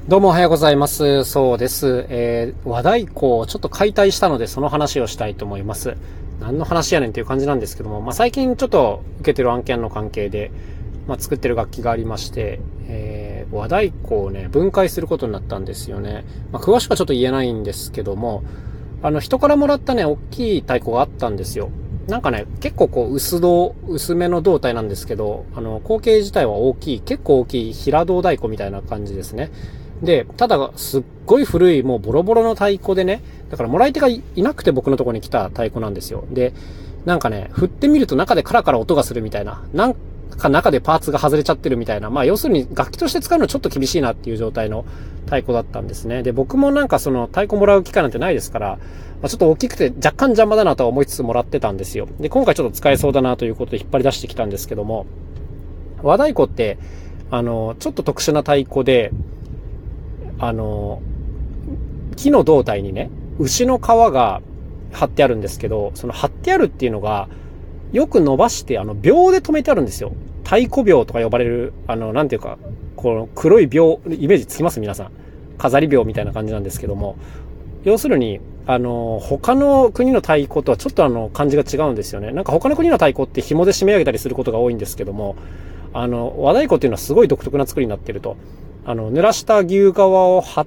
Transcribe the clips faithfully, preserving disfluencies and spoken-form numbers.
どうもおはようございます。そうです。えー、和太鼓をちょっと解体したので、その話をしたいと思います。何の話やねんっていう感じなんですけども、まあ、最近ちょっと受けてる案件の関係で、まあ、作ってる楽器がありまして、えー、和太鼓をね、分解することになったんですよね。まあ、詳しくはちょっと言えないんですけども、あの、人からもらったね、大きい太鼓があったんですよ。なんかね、結構こう、薄胴、薄めの胴体なんですけど、あの、口径自体は大きい、結構大きい平胴太鼓みたいな感じですね。で、ただ、すっごい古い、もうボロボロの太鼓でね、だからもらい手がいなくて僕のところに来た太鼓なんですよ。で、なんかね、振ってみると中でカラカラ音がするみたいな、なんか中でパーツが外れちゃってるみたいな、まあ要するに楽器として使うのはちょっと厳しいなっていう状態の太鼓だったんですね。で、僕もなんかその太鼓もらう機会なんてないですから、まあ、ちょっと大きくて若干邪魔だなとは思いつつもらってたんですよ。で、今回ちょっと使えそうだなということで引っ張り出してきたんですけども、和太鼓って、あの、ちょっと特殊な太鼓で、あの、木の胴体にね、牛の皮が貼ってあるんですけど、その貼ってあるっていうのが、よく伸ばして、あの、秒で止めてあるんですよ。太鼓秒とか呼ばれる、あの、なんていうか、この黒い秒、イメージつきます皆さん。飾り秒みたいな感じなんですけども、要するに、あの、他の国の太鼓とはちょっとあの、感じが違うんですよね。なんか他の国の太鼓って紐で締め上げたりすることが多いんですけども、あの、和太鼓っていうのはすごい独特な作りになっていると。あの、濡らした牛革を貼って、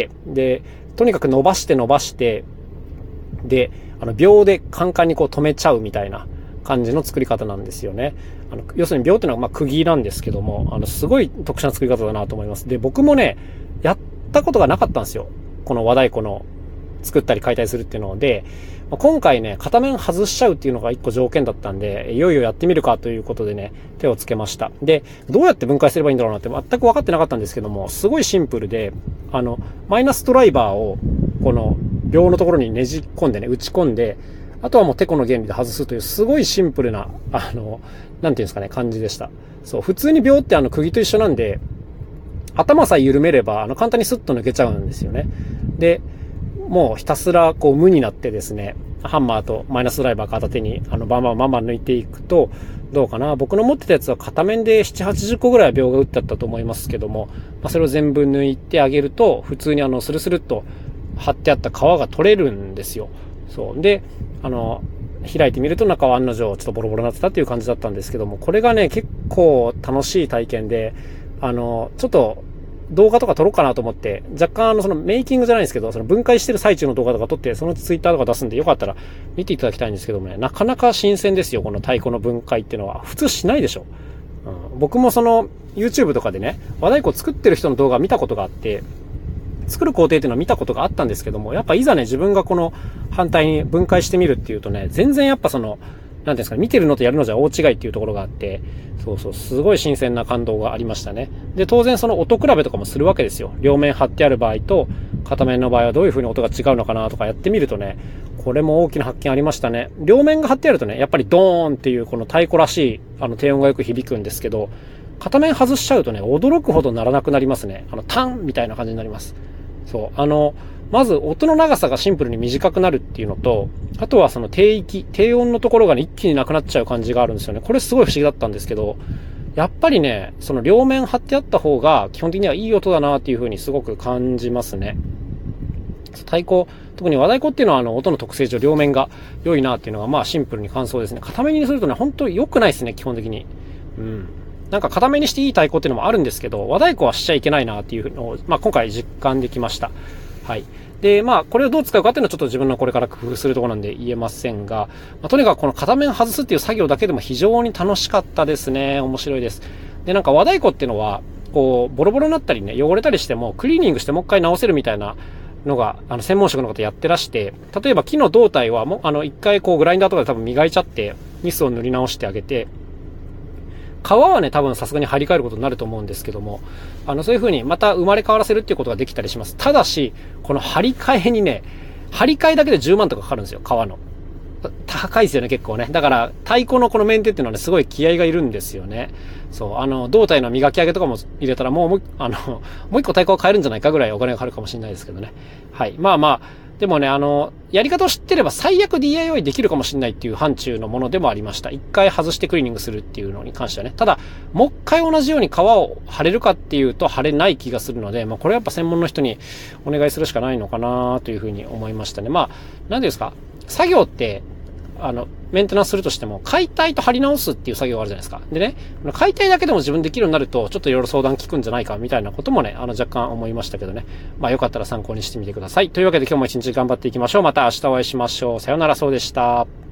で、とにかく伸ばして伸ばして、で、あの、秒でカンカンにこう止めちゃうみたいな感じの作り方なんですよね。あの、要するに秒っていうのはまあ釘なんですけども、あの、すごい特殊な作り方だなと思います。で、僕もね、やったことがなかったんですよ。この和太鼓の作ったり解体するっていうので、今回ね、片面外しちゃうっていうのが一個条件だったんで、いよいよやってみるかということでね、手をつけました。で、どうやって分解すればいいんだろうなって全く分かってなかったんですけども、すごいシンプルで、あの、マイナスドライバーを、この、秒のところにねじ込んでね、打ち込んで、あとはもうテコの原理で外すという、すごいシンプルな、あの、なんていうんですかね、感じでした。そう、普通に秒ってあの、釘と一緒なんで、頭さえ緩めれば、あの、簡単にスッと抜けちゃうんですよね。で、もうひたすらこう無になってですね、ハンマーとマイナスドライバー片手にあのバンバンバンバン抜いていくと、どうかな、僕の持ってたやつは片面でななじゅう、はちじゅっこぐらいは秒が打ってあったと思いますけども、まあ、それを全部抜いてあげると、普通にあのスルスルっと貼ってあった皮が取れるんですよ。そうで、あの開いてみると中は案の定ちょっとボロボロになってたっていう感じだったんですけども、これがね結構楽しい体験で、あのちょっと動画とか撮ろうかなと思って、若干あのそのメイキングじゃないんですけど、その分解してる最中の動画とか撮って、そのツイッターとか出すんで、よかったら見ていただきたいんですけどもね、なかなか新鮮ですよ、この太鼓の分解っていうのは。普通しないでしょ。うん、僕もその YouTube とかでね、和太鼓作ってる人の動画見たことがあって、作る工程っていうのは見たことがあったんですけども、やっぱいざね、自分がこの反対に分解してみるっていうとね、全然やっぱその、なんていうんですか、見てるのとやるのじゃ大違いっていうところがあって、そうそう、すごい新鮮な感動がありましたね。で、当然その音比べとかもするわけですよ。両面貼ってある場合と、片面の場合はどういう風に音が違うのかなとかやってみるとね、これも大きな発見ありましたね。両面が貼ってあるとね、やっぱりドーンっていうこの太鼓らしい、あの低音がよく響くんですけど、片面外しちゃうとね、驚くほど鳴らなくなりますね。あの、タンみたいな感じになります。そう、あの、まず音の長さがシンプルに短くなるっていうのと、あとはその低域、低音のところがね、一気になくなっちゃう感じがあるんですよね。これすごい不思議だったんですけど、やっぱりね、その両面貼ってあった方が基本的にはいい音だなっていう風にすごく感じますね。太鼓、特に和太鼓っていうのはあの音の特性上両面が良いなっていうのがまあシンプルに感想ですね。片面にするとね、本当に良くないですね、基本的に。うん。なんか片面にしていい太鼓っていうのもあるんですけど、和太鼓はしちゃいけないなっていうのを、まあ今回実感できました。はい。で、まあ、これをどう使うかっていうのはちょっと自分のこれから工夫するところなんで言えませんが、まあ、とにかくこの片面外すっていう作業だけでも非常に楽しかったですね。面白いです。で、なんか和太鼓っていうのは、こう、ボロボロになったりね、汚れたりしても、クリーニングしてもう一回直せるみたいなのが、あの、専門職の方やってらして、例えば木の胴体はもう、あの、一回こう、グラインダーとかで多分磨いちゃって、ニスを塗り直してあげて、皮はね、多分さすがに張り替えることになると思うんですけども、あの、そういう風にまた生まれ変わらせるっていうことができたりします。ただし、この張り替えにね、張り替えだけでじゅうまんとかかかるんですよ、皮の。高いですよね、結構ね。だから、太鼓のこのメンテっていうのはね、すごい気合がいるんですよね。そう、あの、胴体の磨き上げとかも入れたら、もう、もう、あの、もう一個太鼓を変えるんじゃないかぐらいお金がかかるかもしれないですけどね。はい。まあまあ、 でもね、あの、やり方を知ってれば最悪 ディーアイワイ できるかもしれないっていう範疇のものでもありました。一回外してクリーニングするっていうのに関してはね。ただ、もう一回同じように皮を貼れるかっていうと貼れない気がするので、まあこれはやっぱ専門の人にお願いするしかないのかなというふうに思いましたね。まあ、何ですか、作業って、あの、メンテナンスするとしても、解体と貼り直すっていう作業があるじゃないですか。でね、解体だけでも自分できるようになると、ちょっといろいろ相談聞くんじゃないか、みたいなこともね、あの、若干思いましたけどね。まあ、よかったら参考にしてみてください。というわけで今日も一日頑張っていきましょう。また明日お会いしましょう。さよなら、そうでした。